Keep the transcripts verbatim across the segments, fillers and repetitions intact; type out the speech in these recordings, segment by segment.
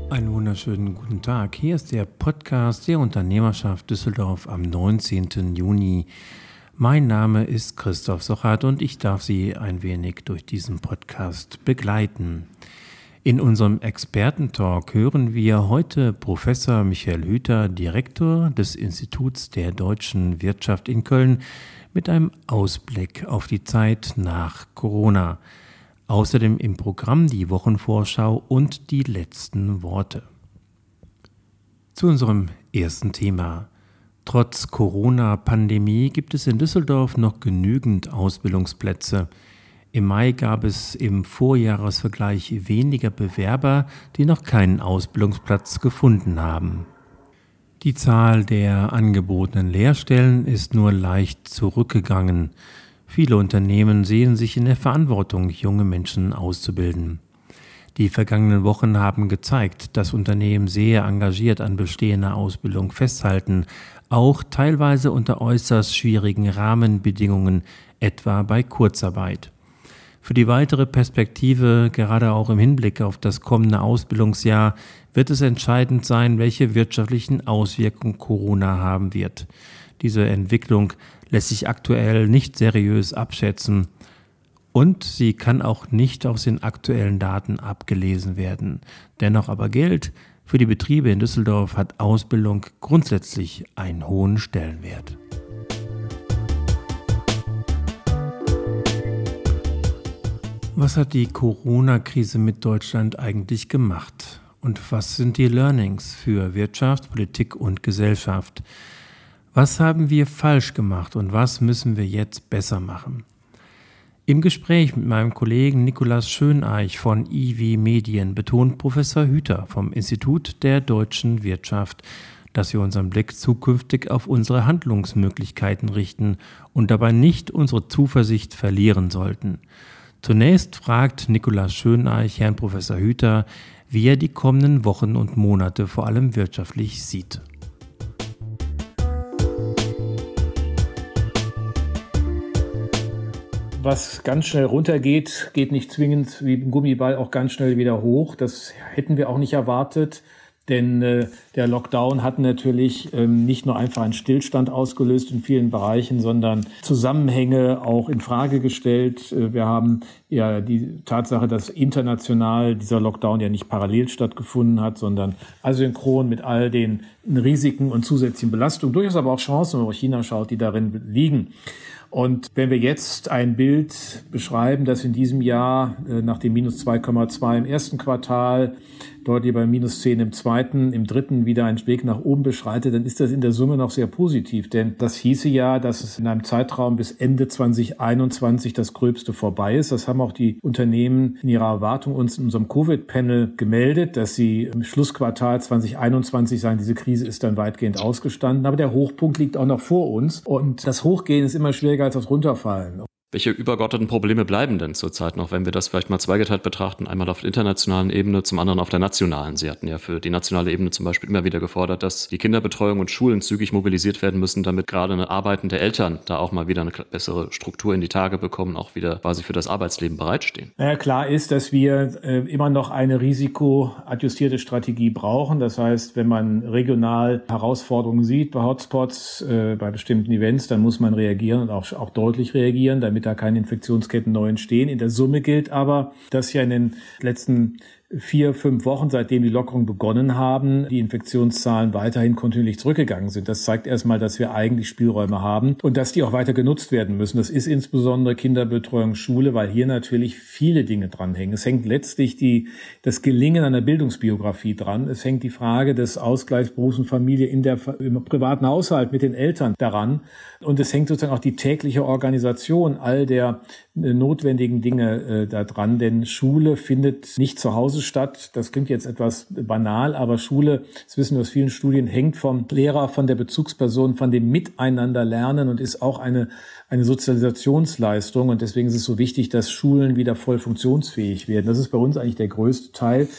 Einen wunderschönen guten Tag. Hier ist der Podcast der Unternehmerschaft Düsseldorf am neunzehnten Juni. Mein Name ist Christoph Sochert und ich darf Sie ein wenig durch diesen Podcast begleiten. In unserem Expertentalk hören wir heute Professor Michael Hüter, Direktor des Instituts der deutschen Wirtschaft in Köln, mit einem Ausblick auf die Zeit nach Corona. Außerdem im Programm die Wochenvorschau und die letzten Worte. Zu unserem ersten Thema. Trotz Corona-Pandemie gibt es in Düsseldorf noch genügend Ausbildungsplätze. Im Mai gab es im Vorjahresvergleich weniger Bewerber, die noch keinen Ausbildungsplatz gefunden haben. Die Zahl der angebotenen Lehrstellen ist nur leicht zurückgegangen. Viele Unternehmen sehen sich in der Verantwortung, junge Menschen auszubilden. Die vergangenen Wochen haben gezeigt, dass Unternehmen sehr engagiert an bestehender Ausbildung festhalten, auch teilweise unter äußerst schwierigen Rahmenbedingungen, etwa bei Kurzarbeit. Für die weitere Perspektive, gerade auch im Hinblick auf das kommende Ausbildungsjahr, wird es entscheidend sein, welche wirtschaftlichen Auswirkungen Corona haben wird. Diese Entwicklung lässt sich aktuell nicht seriös abschätzen und sie kann auch nicht aus den aktuellen Daten abgelesen werden. Dennoch aber gilt, für die Betriebe in Düsseldorf hat Ausbildung grundsätzlich einen hohen Stellenwert. Was hat die Corona-Krise mit Deutschland eigentlich gemacht? Und was sind die Learnings für Wirtschaft, Politik und Gesellschaft? Was haben wir falsch gemacht und was müssen wir jetzt besser machen? Im Gespräch mit meinem Kollegen Nikolaus Schöneich von I W Medien betont Professor Hüter vom Institut der deutschen Wirtschaft, dass wir unseren Blick zukünftig auf unsere Handlungsmöglichkeiten richten und dabei nicht unsere Zuversicht verlieren sollten. Zunächst fragt Nikolaus Schöneich Herrn Professor Hüter, wie er die kommenden Wochen und Monate vor allem wirtschaftlich sieht. Was ganz schnell runtergeht, geht nicht zwingend wie ein Gummiball auch ganz schnell wieder hoch. Das hätten wir auch nicht erwartet, denn äh, der Lockdown hat natürlich ähm, nicht nur einfach einen Stillstand ausgelöst in vielen Bereichen, sondern Zusammenhänge auch in Frage gestellt. Äh, wir haben ja die Tatsache, dass international dieser Lockdown ja nicht parallel stattgefunden hat, sondern asynchron mit all den Risiken und zusätzlichen Belastungen, durchaus aber auch Chancen, wenn man auf China schaut, die darin liegen. Und wenn wir jetzt ein Bild beschreiben, das in diesem Jahr äh, nach dem minus zwei Komma zwei im ersten Quartal, deutlich bei minus zehn im zweiten, im dritten wieder einen Weg nach oben beschreitet, dann ist das in der Summe noch sehr positiv. Denn das hieße ja, dass es in einem Zeitraum bis Ende zwanzig einundzwanzig das Gröbste vorbei ist. Das haben auch die Unternehmen in ihrer Erwartung uns in unserem Covid-Panel gemeldet, dass sie im Schlussquartal zwanzig einundzwanzig sagen, diese Krise ist dann weitgehend ausgestanden. Aber der Hochpunkt liegt auch noch vor uns. Und das Hochgehen ist immer schwieriger als das Runterfallen. Welche übergeordneten Probleme bleiben denn zurzeit noch, wenn wir das vielleicht mal zweigeteilt betrachten? Einmal auf der internationalen Ebene, zum anderen auf der nationalen. Sie hatten ja für die nationale Ebene zum Beispiel immer wieder gefordert, dass die Kinderbetreuung und Schulen zügig mobilisiert werden müssen, damit gerade eine arbeitende Eltern da auch mal wieder eine bessere Struktur in die Tage bekommen, auch wieder quasi für das Arbeitsleben bereitstehen. Naja, klar ist, dass wir äh, immer noch eine risikoadjustierte Strategie brauchen. Das heißt, wenn man regional Herausforderungen sieht bei Hotspots, äh, bei bestimmten Events, dann muss man reagieren und auch, auch deutlich reagieren, damit da keine Infektionsketten neu entstehen. In der Summe gilt aber, dass ja in den letzten vier, fünf Wochen, seitdem die Lockerungen begonnen haben, die Infektionszahlen weiterhin kontinuierlich zurückgegangen sind. Das zeigt erstmal, dass wir eigentlich Spielräume haben und dass die auch weiter genutzt werden müssen. Das ist insbesondere Kinderbetreuung, Schule, weil hier natürlich viele Dinge dranhängen. Es hängt letztlich die, das Gelingen einer Bildungsbiografie dran. Es hängt die Frage des Ausgleichs Berufs und Familie in der, im privaten Haushalt mit den Eltern daran. Und es hängt sozusagen auch die tägliche Organisation all der äh, notwendigen Dinge äh, da dran. Denn Schule findet nicht zu Hause statt. Das klingt jetzt etwas banal, aber Schule, das wissen wir aus vielen Studien, hängt vom Lehrer, von der Bezugsperson, von dem Miteinanderlernen und ist auch eine, eine Sozialisationsleistung. Und deswegen ist es so wichtig, dass Schulen wieder voll funktionsfähig werden. Das ist bei uns eigentlich der größte Teil.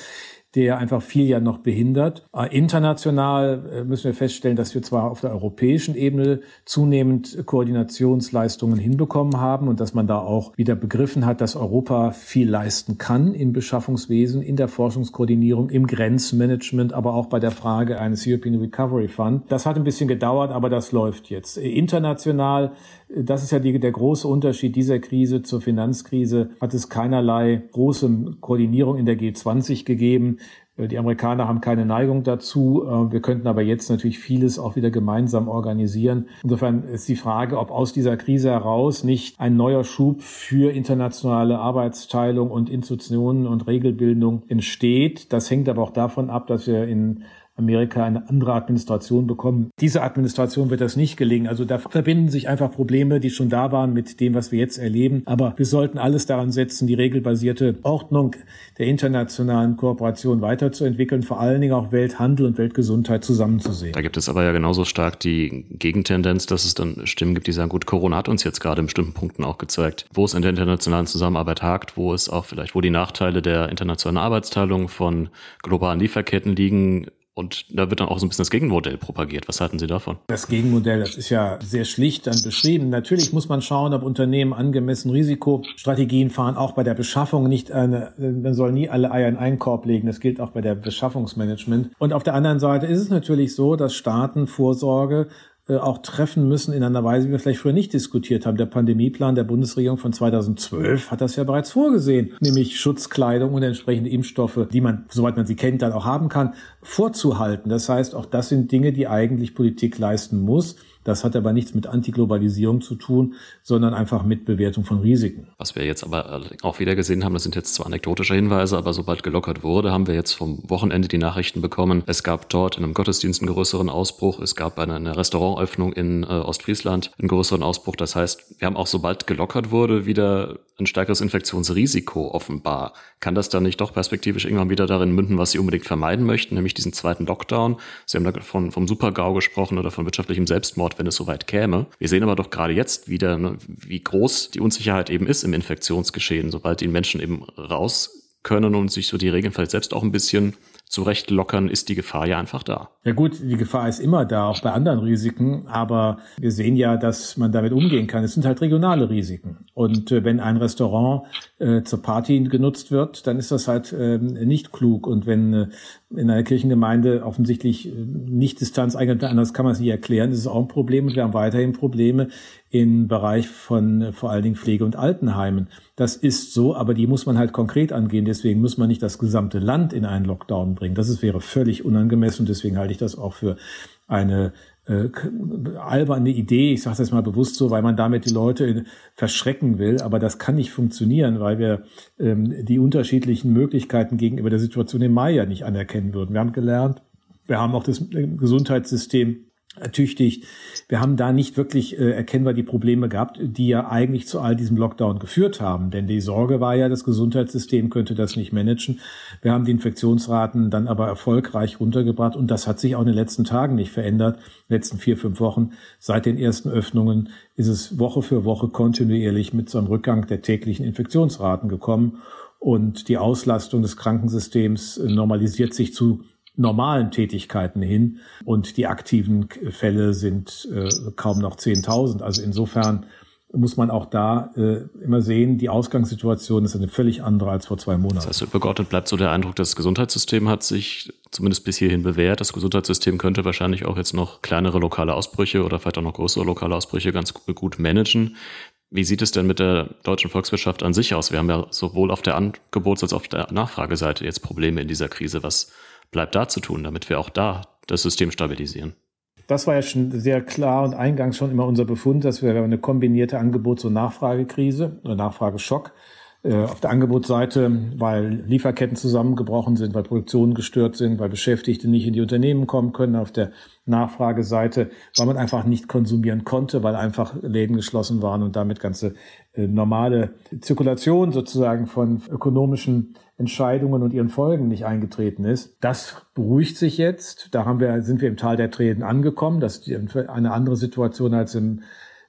der einfach viel ja noch behindert. Äh, international äh, müssen wir feststellen, dass wir zwar auf der europäischen Ebene zunehmend Koordinationsleistungen hinbekommen haben und dass man da auch wieder begriffen hat, dass Europa viel leisten kann im Beschaffungswesen, in der Forschungskoordinierung, im Grenzmanagement, aber auch bei der Frage eines European Recovery Fund. Das hat ein bisschen gedauert, aber das läuft jetzt. International, das ist ja die, der große Unterschied dieser Krise zur Finanzkrise, hat es keinerlei große Koordinierung in der G zwanzig gegeben. Die Amerikaner haben keine Neigung dazu. Wir könnten aber jetzt natürlich vieles auch wieder gemeinsam organisieren. Insofern ist die Frage, ob aus dieser Krise heraus nicht ein neuer Schub für internationale Arbeitsteilung und Institutionen und Regelbildung entsteht. Das hängt aber auch davon ab, dass wir in Amerika eine andere Administration bekommen. Diese Administration wird das nicht gelingen. Also da verbinden sich einfach Probleme, die schon da waren, mit dem, was wir jetzt erleben. Aber wir sollten alles daran setzen, die regelbasierte Ordnung der internationalen Kooperation weiterzuentwickeln, vor allen Dingen auch Welthandel und Weltgesundheit zusammenzusehen. Da gibt es aber ja genauso stark die Gegentendenz, dass es dann Stimmen gibt, die sagen, gut, Corona hat uns jetzt gerade in bestimmten Punkten auch gezeigt, wo es in der internationalen Zusammenarbeit hakt, wo es auch vielleicht, wo die Nachteile der internationalen Arbeitsteilung von globalen Lieferketten liegen. Und da wird dann auch so ein bisschen das Gegenmodell propagiert. Was halten Sie davon? Das Gegenmodell, das ist ja sehr schlicht dann beschrieben. Natürlich muss man schauen, ob Unternehmen angemessen Risikostrategien fahren, auch bei der Beschaffung. Nicht eine, man soll nie alle Eier in einen Korb legen. Das gilt auch bei der Beschaffungsmanagement. Und auf der anderen Seite ist es natürlich so, dass Staaten Vorsorge auch treffen müssen in einer Weise, wie wir vielleicht früher nicht diskutiert haben. Der Pandemieplan der Bundesregierung von zweitausendzwölf hat das ja bereits vorgesehen, nämlich Schutzkleidung und entsprechende Impfstoffe, die man, soweit man sie kennt, dann auch haben kann, vorzuhalten. Das heißt, auch das sind Dinge, die eigentlich Politik leisten muss. Das hat aber nichts mit Antiglobalisierung zu tun, sondern einfach mit Bewertung von Risiken. Was wir jetzt aber auch wieder gesehen haben, das sind jetzt zwar anekdotische Hinweise, aber sobald gelockert wurde, haben wir jetzt vom Wochenende die Nachrichten bekommen. Es gab dort in einem Gottesdienst einen größeren Ausbruch. Es gab eine, eine Restaurantöffnung in äh, Ostfriesland einen größeren Ausbruch. Das heißt, wir haben auch sobald gelockert wurde, wieder ein stärkeres Infektionsrisiko offenbar. Kann das dann nicht doch perspektivisch irgendwann wieder darin münden, was Sie unbedingt vermeiden möchten, nämlich diesen zweiten Lockdown? Sie haben da von, vom Super-GAU gesprochen oder von wirtschaftlichem Selbstmord, wenn es soweit käme. Wir sehen aber doch gerade jetzt wieder, ne, wie groß die Unsicherheit eben ist im Infektionsgeschehen, sobald die Menschen eben raus können und sich so die Regeln vielleicht selbst auch ein bisschen zurecht lockern, ist die Gefahr ja einfach da. Ja gut, die Gefahr ist immer da, auch bei anderen Risiken, aber wir sehen ja, dass man damit umgehen kann. Es sind halt regionale Risiken. Und äh, wenn ein Restaurant äh, zur Party genutzt wird, dann ist das halt äh, nicht klug. Und wenn äh, in einer Kirchengemeinde offensichtlich äh, nicht Distanz eingehalten, anders kann man es nicht erklären, ist es auch ein Problem. Und wir haben weiterhin Probleme im Bereich von äh, vor allen Dingen Pflege- und Altenheimen. Das ist so, aber die muss man halt konkret angehen. Deswegen muss man nicht das gesamte Land in einen Lockdown bringen. Das ist, wäre völlig unangemessen. Deswegen halte ich das auch für eine äh, alberne Idee. Ich sage das jetzt mal bewusst so, weil man damit die Leute verschrecken will. Aber das kann nicht funktionieren, weil wir ähm, die unterschiedlichen Möglichkeiten gegenüber der Situation im Mai ja nicht anerkennen würden. Wir haben gelernt, wir haben auch das Gesundheitssystem ertüchtigt. Wir haben da nicht wirklich äh, erkennbar die Probleme gehabt, die ja eigentlich zu all diesem Lockdown geführt haben. Denn die Sorge war ja, das Gesundheitssystem könnte das nicht managen. Wir haben die Infektionsraten dann aber erfolgreich runtergebracht und das hat sich auch in den letzten Tagen nicht verändert. In den letzten vier, fünf Wochen seit den ersten Öffnungen ist es Woche für Woche kontinuierlich mit so einem Rückgang der täglichen Infektionsraten gekommen und die Auslastung des Krankensystems normalisiert sich zu normalen Tätigkeiten hin und die aktiven Fälle sind äh, kaum noch zehntausend. Also insofern muss man auch da äh, immer sehen, die Ausgangssituation ist eine völlig andere als vor zwei Monaten. Das heißt, übergeordnet bleibt so der Eindruck, das Gesundheitssystem hat sich zumindest bis hierhin bewährt. Das Gesundheitssystem könnte wahrscheinlich auch jetzt noch kleinere lokale Ausbrüche oder vielleicht auch noch größere lokale Ausbrüche ganz gut managen. Wie sieht es denn mit der deutschen Volkswirtschaft an sich aus? Wir haben ja sowohl auf der Angebots- als auch auf der Nachfrageseite jetzt Probleme in dieser Krise. Was bleibt da zu tun, damit wir auch da das System stabilisieren? Das war ja schon sehr klar und eingangs schon immer unser Befund, dass wir eine kombinierte Angebots- und Nachfragekrise oder Nachfrageschock auf der Angebotsseite, weil Lieferketten zusammengebrochen sind, weil Produktionen gestört sind, weil Beschäftigte nicht in die Unternehmen kommen können. Auf der Nachfrageseite, weil man einfach nicht konsumieren konnte, weil einfach Läden geschlossen waren und damit ganze äh, normale Zirkulation sozusagen von ökonomischen Entscheidungen und ihren Folgen nicht eingetreten ist. Das beruhigt sich jetzt. Da haben wir, sind wir im Tal der Tränen angekommen. Das ist eine andere Situation als im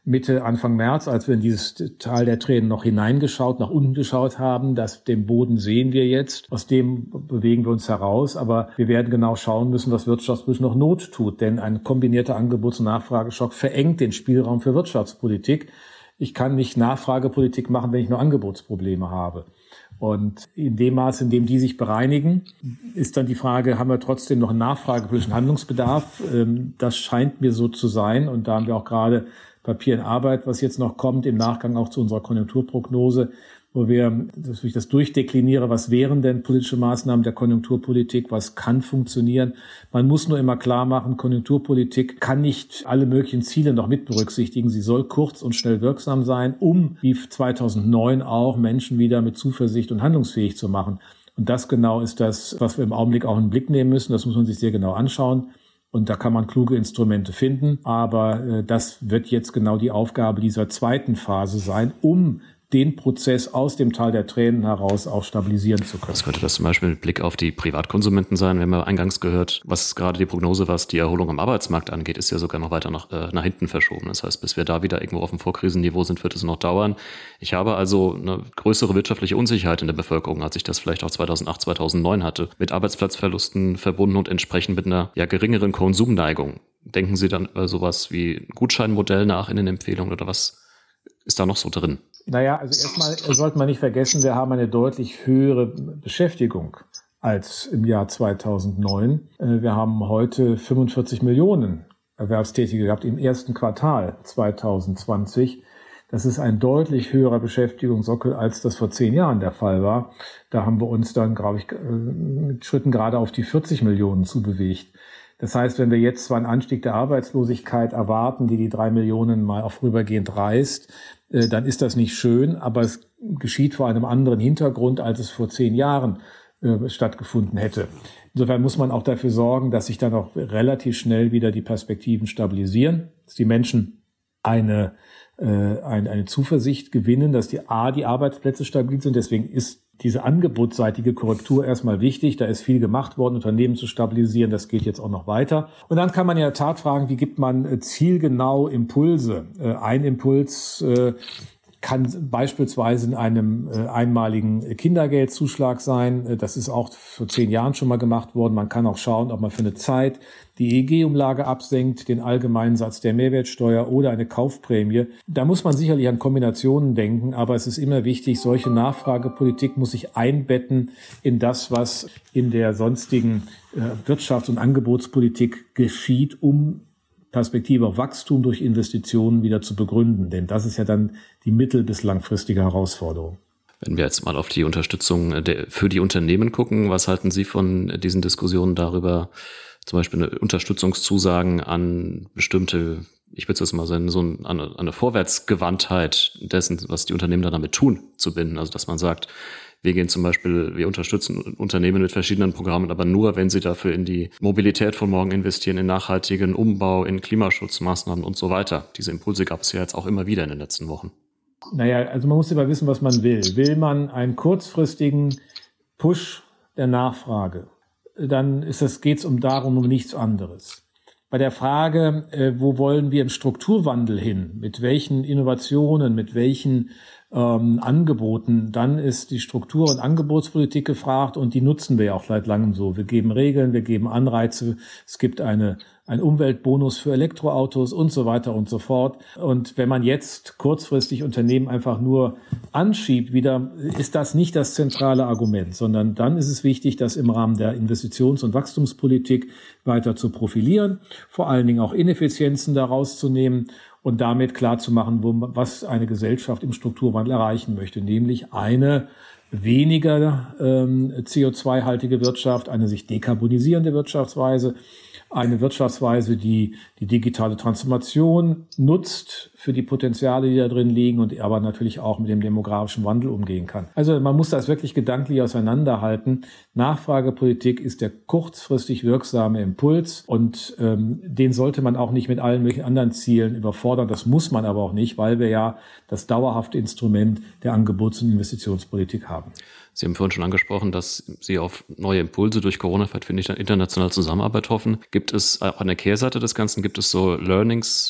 Mitte, Anfang März, als wir in dieses Tal der Tränen noch hineingeschaut, nach unten geschaut haben. Das, den Boden sehen wir jetzt. Aus dem bewegen wir uns heraus. Aber wir werden genau schauen müssen, was wirtschaftspolitisch noch Not tut. Denn ein kombinierter Angebots- und Nachfrageschock verengt den Spielraum für Wirtschaftspolitik. Ich kann nicht Nachfragepolitik machen, wenn ich nur Angebotsprobleme habe. Und in dem Maß, in dem die sich bereinigen, ist dann die Frage, haben wir trotzdem noch einen nachfragepolitischen Handlungsbedarf? Das scheint mir so zu sein. Und da haben wir auch gerade Papier in Arbeit, was jetzt noch kommt, im Nachgang auch zu unserer Konjunkturprognose, wo wir, dass ich das durchdekliniere, was wären denn politische Maßnahmen der Konjunkturpolitik, was kann funktionieren. Man muss nur immer klar machen, Konjunkturpolitik kann nicht alle möglichen Ziele noch mit berücksichtigen. Sie soll kurz und schnell wirksam sein, um, wie zweitausendneun auch, Menschen wieder mit Zuversicht und handlungsfähig zu machen. Und das genau ist das, was wir im Augenblick auch in den Blick nehmen müssen. Das muss man sich sehr genau anschauen. Und da kann man kluge Instrumente finden. Aber äh, das wird jetzt genau die Aufgabe dieser zweiten Phase sein, um den Prozess aus dem Tal der Tränen heraus auch stabilisieren zu können. Was könnte das zum Beispiel mit Blick auf die Privatkonsumenten sein? Wir haben ja eingangs gehört, was gerade die Prognose, was die Erholung am Arbeitsmarkt angeht, ist ja sogar noch weiter nach, äh, nach hinten verschoben. Das heißt, bis wir da wieder irgendwo auf dem Vorkrisenniveau sind, wird es noch dauern. Ich habe also eine größere wirtschaftliche Unsicherheit in der Bevölkerung, als ich das vielleicht auch zweitausendacht, zweitausendneun hatte, mit Arbeitsplatzverlusten verbunden und entsprechend mit einer ja geringeren Konsumneigung. Denken Sie dann über sowas wie ein Gutscheinmodell nach in den Empfehlungen oder was ist da noch so drin? Naja, also erstmal sollte man nicht vergessen, wir haben eine deutlich höhere Beschäftigung als im Jahr zweitausendneun. Wir haben heute fünfundvierzig Millionen Erwerbstätige gehabt im ersten Quartal zweitausendzwanzig. Das ist ein deutlich höherer Beschäftigungssockel, als das vor zehn Jahren der Fall war. Da haben wir uns dann, glaube ich, mit Schritten gerade auf die vierzig Millionen zubewegt. Das heißt, wenn wir jetzt zwar einen Anstieg der Arbeitslosigkeit erwarten, die die drei Millionen mal auf vorübergehend reißt, dann ist das nicht schön, aber es geschieht vor einem anderen Hintergrund, als es vor zehn Jahren äh, stattgefunden hätte. Insofern muss man auch dafür sorgen, dass sich dann auch relativ schnell wieder die Perspektiven stabilisieren, dass die Menschen eine, äh, eine, eine Zuversicht gewinnen, dass die A, die Arbeitsplätze stabil sind. Deswegen ist diese angebotsseitige Korrektur erstmal wichtig. Da ist viel gemacht worden, Unternehmen zu stabilisieren. Das geht jetzt auch noch weiter. Und dann kann man ja in der Tat fragen, wie gibt man zielgenau Impulse? Ein Impuls kann beispielsweise in einem äh, einmaligen Kindergeldzuschlag sein. Das ist auch vor zehn Jahren schon mal gemacht worden. Man kann auch schauen, ob man für eine Zeit die E E G-Umlage absenkt, den allgemeinen Satz der Mehrwertsteuer oder eine Kaufprämie. Da muss man sicherlich an Kombinationen denken, aber es ist immer wichtig, solche Nachfragepolitik muss sich einbetten in das, was in der sonstigen äh, Wirtschafts- und Angebotspolitik geschieht, um Perspektive auf Wachstum durch Investitionen wieder zu begründen. Denn das ist ja dann die mittel- bis langfristige Herausforderung. Wenn wir jetzt mal auf die Unterstützung der, für die Unternehmen gucken, was halten Sie von diesen Diskussionen darüber, zum Beispiel eine Unterstützungszusagen an bestimmte, ich würde es jetzt mal sagen, so eine, an eine Vorwärtsgewandtheit dessen, was die Unternehmen da damit tun, zu binden? Also dass man sagt, wir gehen zum Beispiel, wir unterstützen Unternehmen mit verschiedenen Programmen, aber nur, wenn sie dafür in die Mobilität von morgen investieren, in nachhaltigen Umbau, in Klimaschutzmaßnahmen und so weiter. Diese Impulse gab es ja jetzt auch immer wieder in den letzten Wochen. Naja, also man muss immer wissen, was man will. Will man einen kurzfristigen Push der Nachfrage, dann ist das, geht's um darum, um nichts anderes. Bei der Frage, äh, wo wollen wir im Strukturwandel hin, mit welchen Innovationen, mit welchen ähm, Angeboten, dann ist die Struktur- und Angebotspolitik gefragt und die nutzen wir ja auch seit langem so. Wir geben Regeln, wir geben Anreize, es gibt eine ein Umweltbonus für Elektroautos und so weiter und so fort. Und wenn man jetzt kurzfristig Unternehmen einfach nur anschiebt, wieder ist das nicht das zentrale Argument, sondern dann ist es wichtig, das im Rahmen der Investitions- und Wachstumspolitik weiter zu profilieren, vor allen Dingen auch Ineffizienzen daraus zu nehmen und damit klarzumachen, wo, was eine Gesellschaft im Strukturwandel erreichen möchte, nämlich eine weniger ähm, C O zwei haltige Wirtschaft, eine sich dekarbonisierende Wirtschaftsweise, eine Wirtschaftsweise, die die digitale Transformation nutzt für die Potenziale, die da drin liegen und aber natürlich auch mit dem demografischen Wandel umgehen kann. Also man muss das wirklich gedanklich auseinanderhalten. Nachfragepolitik ist der kurzfristig wirksame Impuls und ähm, den sollte man auch nicht mit allen möglichen anderen Zielen überfordern. Das muss man aber auch nicht, weil wir ja das dauerhafte Instrument der Angebots- und Investitionspolitik haben. Sie haben vorhin schon angesprochen, dass Sie auf neue Impulse durch Corona, vielleicht finde ich, dann internationale Zusammenarbeit hoffen. Gibt es auch an der Kehrseite des Ganzen, gibt es so Learnings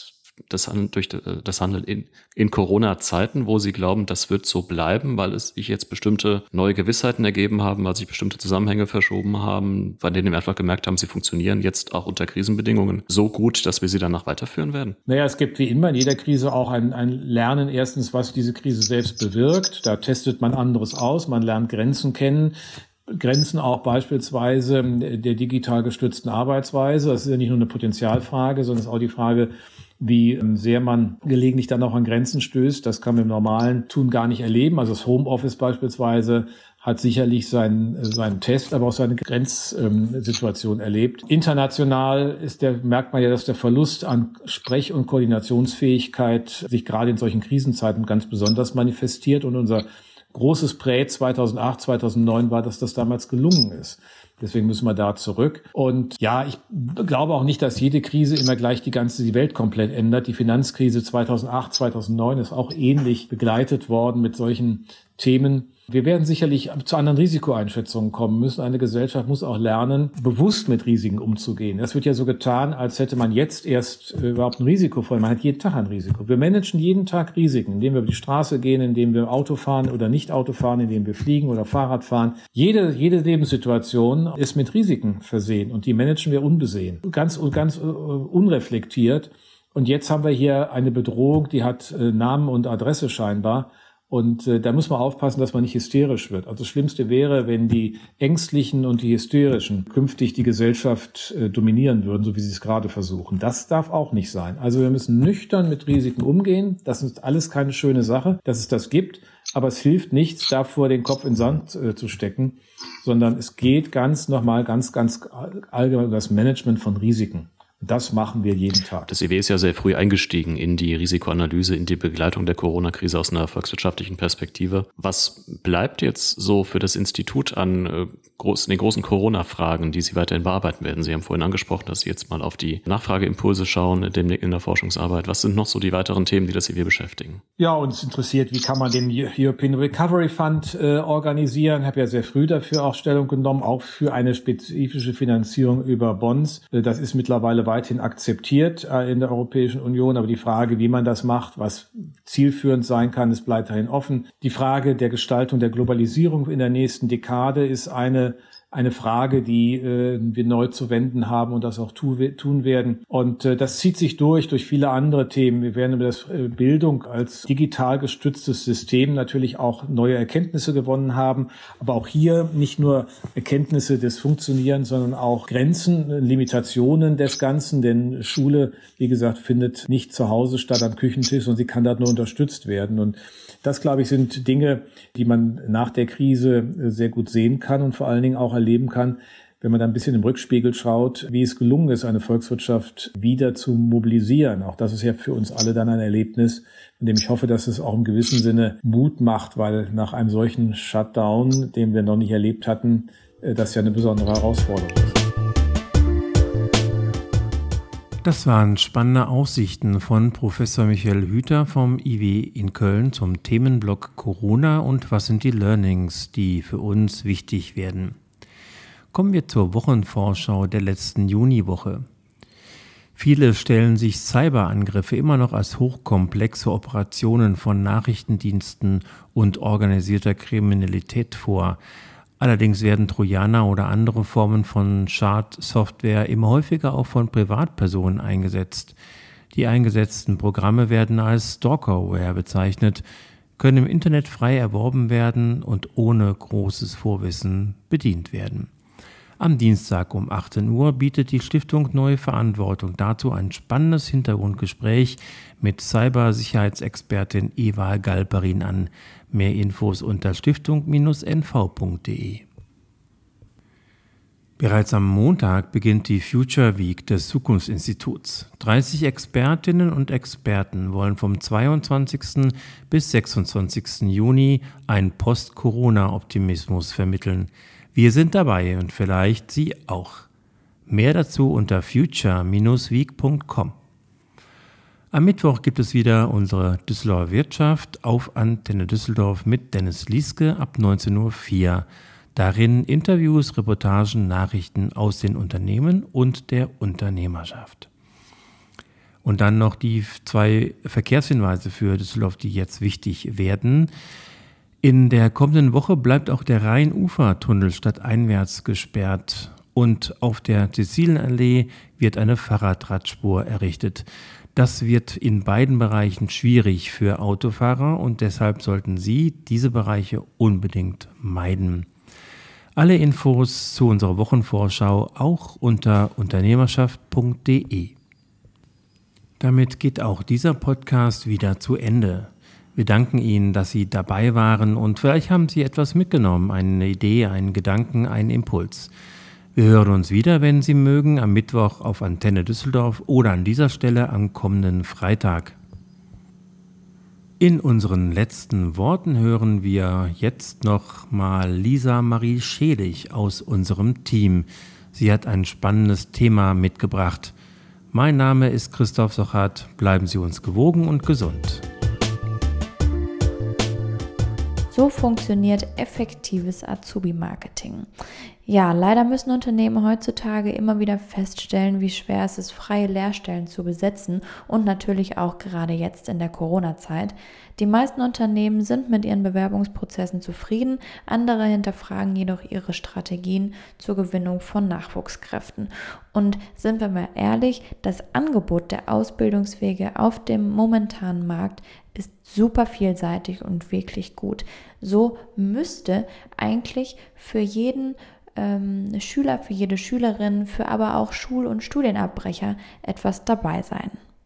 das Handeln, durch das Handeln in, in Corona-Zeiten, wo Sie glauben, das wird so bleiben, weil es sich jetzt bestimmte neue Gewissheiten ergeben haben, weil sich bestimmte Zusammenhänge verschoben haben, bei denen wir einfach gemerkt haben, sie funktionieren jetzt auch unter Krisenbedingungen so gut, dass wir sie danach weiterführen werden? Naja, es gibt wie immer in jeder Krise auch ein, ein Lernen erstens, was diese Krise selbst bewirkt. Da testet man anderes aus, man lernt Grenzen kennen. Grenzen auch beispielsweise der digital gestützten Arbeitsweise. Das ist ja nicht nur eine Potenzialfrage, sondern es ist auch die Frage, wie sehr man gelegentlich dann auch an Grenzen stößt. Das kann man im normalen Tun gar nicht erleben. Also das Homeoffice beispielsweise hat sicherlich seinen, seinen Test, aber auch seine Grenzsituation erlebt. International ist der, merkt man ja, dass der Verlust an Sprech- und Koordinationsfähigkeit sich gerade in solchen Krisenzeiten ganz besonders manifestiert. Und unser großes Prä zweitausendacht, zweitausendneun war, dass das damals gelungen ist. Deswegen müssen wir da zurück. Und ja, ich glaube auch nicht, dass jede Krise immer gleich die ganze die Welt komplett ändert. Die Finanzkrise zweitausendacht, zweitausendneun ist auch ähnlich begleitet worden mit solchen Themen. Wir werden sicherlich zu anderen Risikoeinschätzungen kommen müssen. Eine Gesellschaft muss auch lernen, bewusst mit Risiken umzugehen. Das wird ja so getan, als hätte man jetzt erst äh, überhaupt ein Risiko vor. Man hat jeden Tag ein Risiko. Wir managen jeden Tag Risiken, indem wir über die Straße gehen, indem wir Auto fahren oder nicht Auto fahren, indem wir fliegen oder Fahrrad fahren. Jede, jede Lebenssituation ist mit Risiken versehen und die managen wir unbesehen, ganz, ganz uh, unreflektiert. Und jetzt haben wir hier eine Bedrohung, die hat äh, Namen und Adresse scheinbar. Und äh, da muss man aufpassen, dass man nicht hysterisch wird. Also das Schlimmste wäre, wenn die Ängstlichen und die Hysterischen künftig die Gesellschaft äh, dominieren würden, so wie sie es gerade versuchen. Das darf auch nicht sein. Also wir müssen nüchtern mit Risiken umgehen. Das ist alles keine schöne Sache, dass es das gibt. Aber es hilft nichts, davor den Kopf in den Sand äh, zu stecken, sondern es geht ganz nochmal ganz, ganz allgemein um das Management von Risiken. Das machen wir jeden Tag. Das E W ist ja sehr früh eingestiegen in die Risikoanalyse, in die Begleitung der Corona-Krise aus einer volkswirtschaftlichen Perspektive. Was bleibt jetzt so für das Institut an äh, groß, den großen Corona-Fragen, die Sie weiterhin bearbeiten werden? Sie haben vorhin angesprochen, dass Sie jetzt mal auf die Nachfrageimpulse schauen in der Forschungsarbeit. Was sind noch so die weiteren Themen, die das E W beschäftigen? Ja, uns interessiert, wie kann man den European Recovery Fund äh, organisieren. Ich habe ja sehr früh dafür auch Stellung genommen, auch für eine spezifische Finanzierung über Bonds. Äh, das ist mittlerweile weithin akzeptiert äh, in der Europäischen Union. Aber die Frage, wie man das macht, was zielführend sein kann, ist weiterhin offen. Die Frage der Gestaltung der Globalisierung in der nächsten Dekade ist eine Eine Frage, die äh, wir neu zu wenden haben und das auch tu, tun werden. Und äh, das zieht sich durch, durch viele andere Themen. Wir werden über das äh, Bildung als digital gestütztes System natürlich auch neue Erkenntnisse gewonnen haben. Aber auch hier nicht nur Erkenntnisse des Funktionierens, sondern auch Grenzen, Limitationen des Ganzen. Denn Schule, wie gesagt, findet nicht zu Hause statt am Küchentisch und sie kann dort nur unterstützt werden. Und das, glaube ich, sind Dinge, die man nach der Krise sehr gut sehen kann und vor allen Dingen auch erleben kann, wenn man da ein bisschen im Rückspiegel schaut, wie es gelungen ist, eine Volkswirtschaft wieder zu mobilisieren. Auch das ist ja für uns alle dann ein Erlebnis, in dem ich hoffe, dass es auch im gewissen Sinne Mut macht, weil nach einem solchen Shutdown, den wir noch nicht erlebt hatten, das ja eine besondere Herausforderung ist. Das waren spannende Aussichten von Professor Michael Hüter vom I W in Köln zum Themenblock Corona und was sind die Learnings, die für uns wichtig werden. Kommen wir zur Wochenvorschau der letzten Juniwoche. Viele stellen sich Cyberangriffe immer noch als hochkomplexe Operationen von Nachrichtendiensten und organisierter Kriminalität vor. Allerdings werden Trojaner oder andere Formen von Schadsoftware immer häufiger auch von Privatpersonen eingesetzt. Die eingesetzten Programme werden als Stalkerware bezeichnet, können im Internet frei erworben werden und ohne großes Vorwissen bedient werden. Am Dienstag um achtzehn Uhr bietet die Stiftung Neue Verantwortung dazu ein spannendes Hintergrundgespräch mit Cybersicherheitsexpertin Eva Galperin an. Mehr Infos unter stiftung Bindestrich n v punkt d e. Bereits am Montag beginnt die Future Week des Zukunftsinstituts. dreißig Expertinnen und Experten wollen vom zweiundzwanzigsten bis sechsundzwanzigsten Juni einen Post-Corona-Optimismus vermitteln. Wir sind dabei und vielleicht Sie auch. Mehr dazu unter future Bindestrich week punkt com. Am Mittwoch gibt es wieder unsere Düsseldorfer Wirtschaft auf Antenne Düsseldorf mit Dennis Lieske ab neunzehn Uhr vier. Darin Interviews, Reportagen, Nachrichten aus den Unternehmen und der Unternehmerschaft. Und dann noch die zwei Verkehrshinweise für Düsseldorf, die jetzt wichtig werden. In der kommenden Woche bleibt auch der Rheinufertunnel stadteinwärts gesperrt und auf der Sizilienallee wird eine Fahrradradspur errichtet. Das wird in beiden Bereichen schwierig für Autofahrer und deshalb sollten Sie diese Bereiche unbedingt meiden. Alle Infos zu unserer Wochenvorschau auch unter unternehmerschaft punkt de. Damit geht auch dieser Podcast wieder zu Ende. Wir danken Ihnen, dass Sie dabei waren und vielleicht haben Sie etwas mitgenommen, eine Idee, einen Gedanken, einen Impuls. Wir hören uns wieder, wenn Sie mögen, am Mittwoch auf Antenne Düsseldorf oder an dieser Stelle am kommenden Freitag. In unseren letzten Worten hören wir jetzt noch mal Lisa Marie Schelig aus unserem Team. Sie hat ein spannendes Thema mitgebracht. Mein Name ist Christoph Sochat. Bleiben Sie uns gewogen und gesund. So funktioniert effektives Azubi-Marketing. Ja, leider müssen Unternehmen heutzutage immer wieder feststellen, wie schwer es ist, freie Lehrstellen zu besetzen und natürlich auch gerade jetzt in der Corona-Zeit. Die meisten Unternehmen sind mit ihren Bewerbungsprozessen zufrieden, andere hinterfragen jedoch ihre Strategien zur Gewinnung von Nachwuchskräften. Und sind wir mal ehrlich, das Angebot der Ausbildungswege auf dem momentanen Markt ist super vielseitig und wirklich gut. So müsste eigentlich für jeden ähm, Schüler, für jede Schülerin, für aber auch Schul- und Studienabbrecher etwas dabei sein.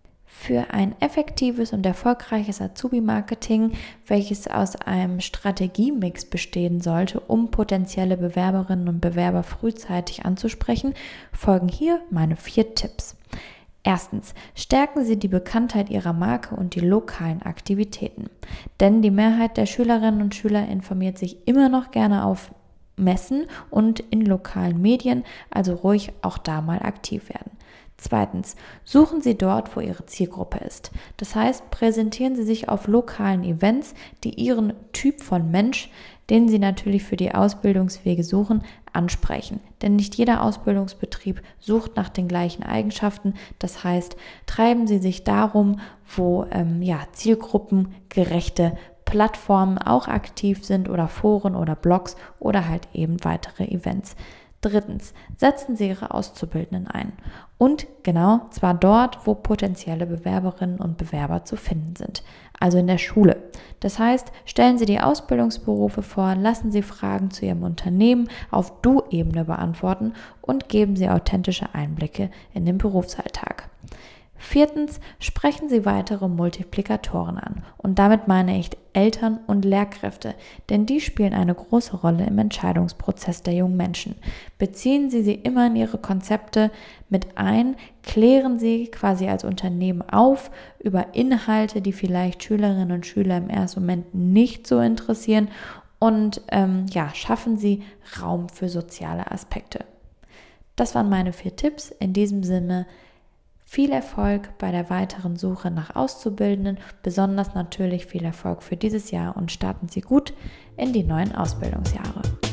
Für ein effektives und erfolgreiches Azubi-Marketing, welches aus einem Strategiemix bestehen sollte, um potenzielle Bewerberinnen und Bewerber frühzeitig anzusprechen, folgen hier meine vier Tipps. Erstens, stärken Sie die Bekanntheit Ihrer Marke und die lokalen Aktivitäten. Denn die Mehrheit der Schülerinnen und Schüler informiert sich immer noch gerne auf Messen und in lokalen Medien, also ruhig auch da mal aktiv werden. Zweitens, suchen Sie dort, wo Ihre Zielgruppe ist. Das heißt, präsentieren Sie sich auf lokalen Events, die Ihren Typ von Mensch, den Sie natürlich für die Ausbildungswege suchen, ansprechen. Denn nicht jeder Ausbildungsbetrieb sucht nach den gleichen Eigenschaften. Das heißt, treiben Sie sich darum, wo ähm, ja, zielgruppengerechte Plattformen auch aktiv sind oder Foren oder Blogs oder halt eben weitere Events. Drittens, setzen Sie Ihre Auszubildenden ein. Und genau, zwar dort, wo potenzielle Bewerberinnen und Bewerber zu finden sind, also in der Schule. Das heißt, stellen Sie die Ausbildungsberufe vor, lassen Sie Fragen zu Ihrem Unternehmen auf Du-Ebene beantworten und geben Sie authentische Einblicke in den Berufsalltag. Viertens, sprechen Sie weitere Multiplikatoren an und damit meine ich Eltern und Lehrkräfte, denn die spielen eine große Rolle im Entscheidungsprozess der jungen Menschen. Beziehen Sie sie immer in Ihre Konzepte mit ein, klären Sie quasi als Unternehmen auf über Inhalte, die vielleicht Schülerinnen und Schüler im ersten Moment nicht so interessieren und ähm, ja, schaffen Sie Raum für soziale Aspekte. Das waren meine vier Tipps. In diesem Sinne, viel Erfolg bei der weiteren Suche nach Auszubildenden, besonders natürlich viel Erfolg für dieses Jahr und starten Sie gut in die neuen Ausbildungsjahre.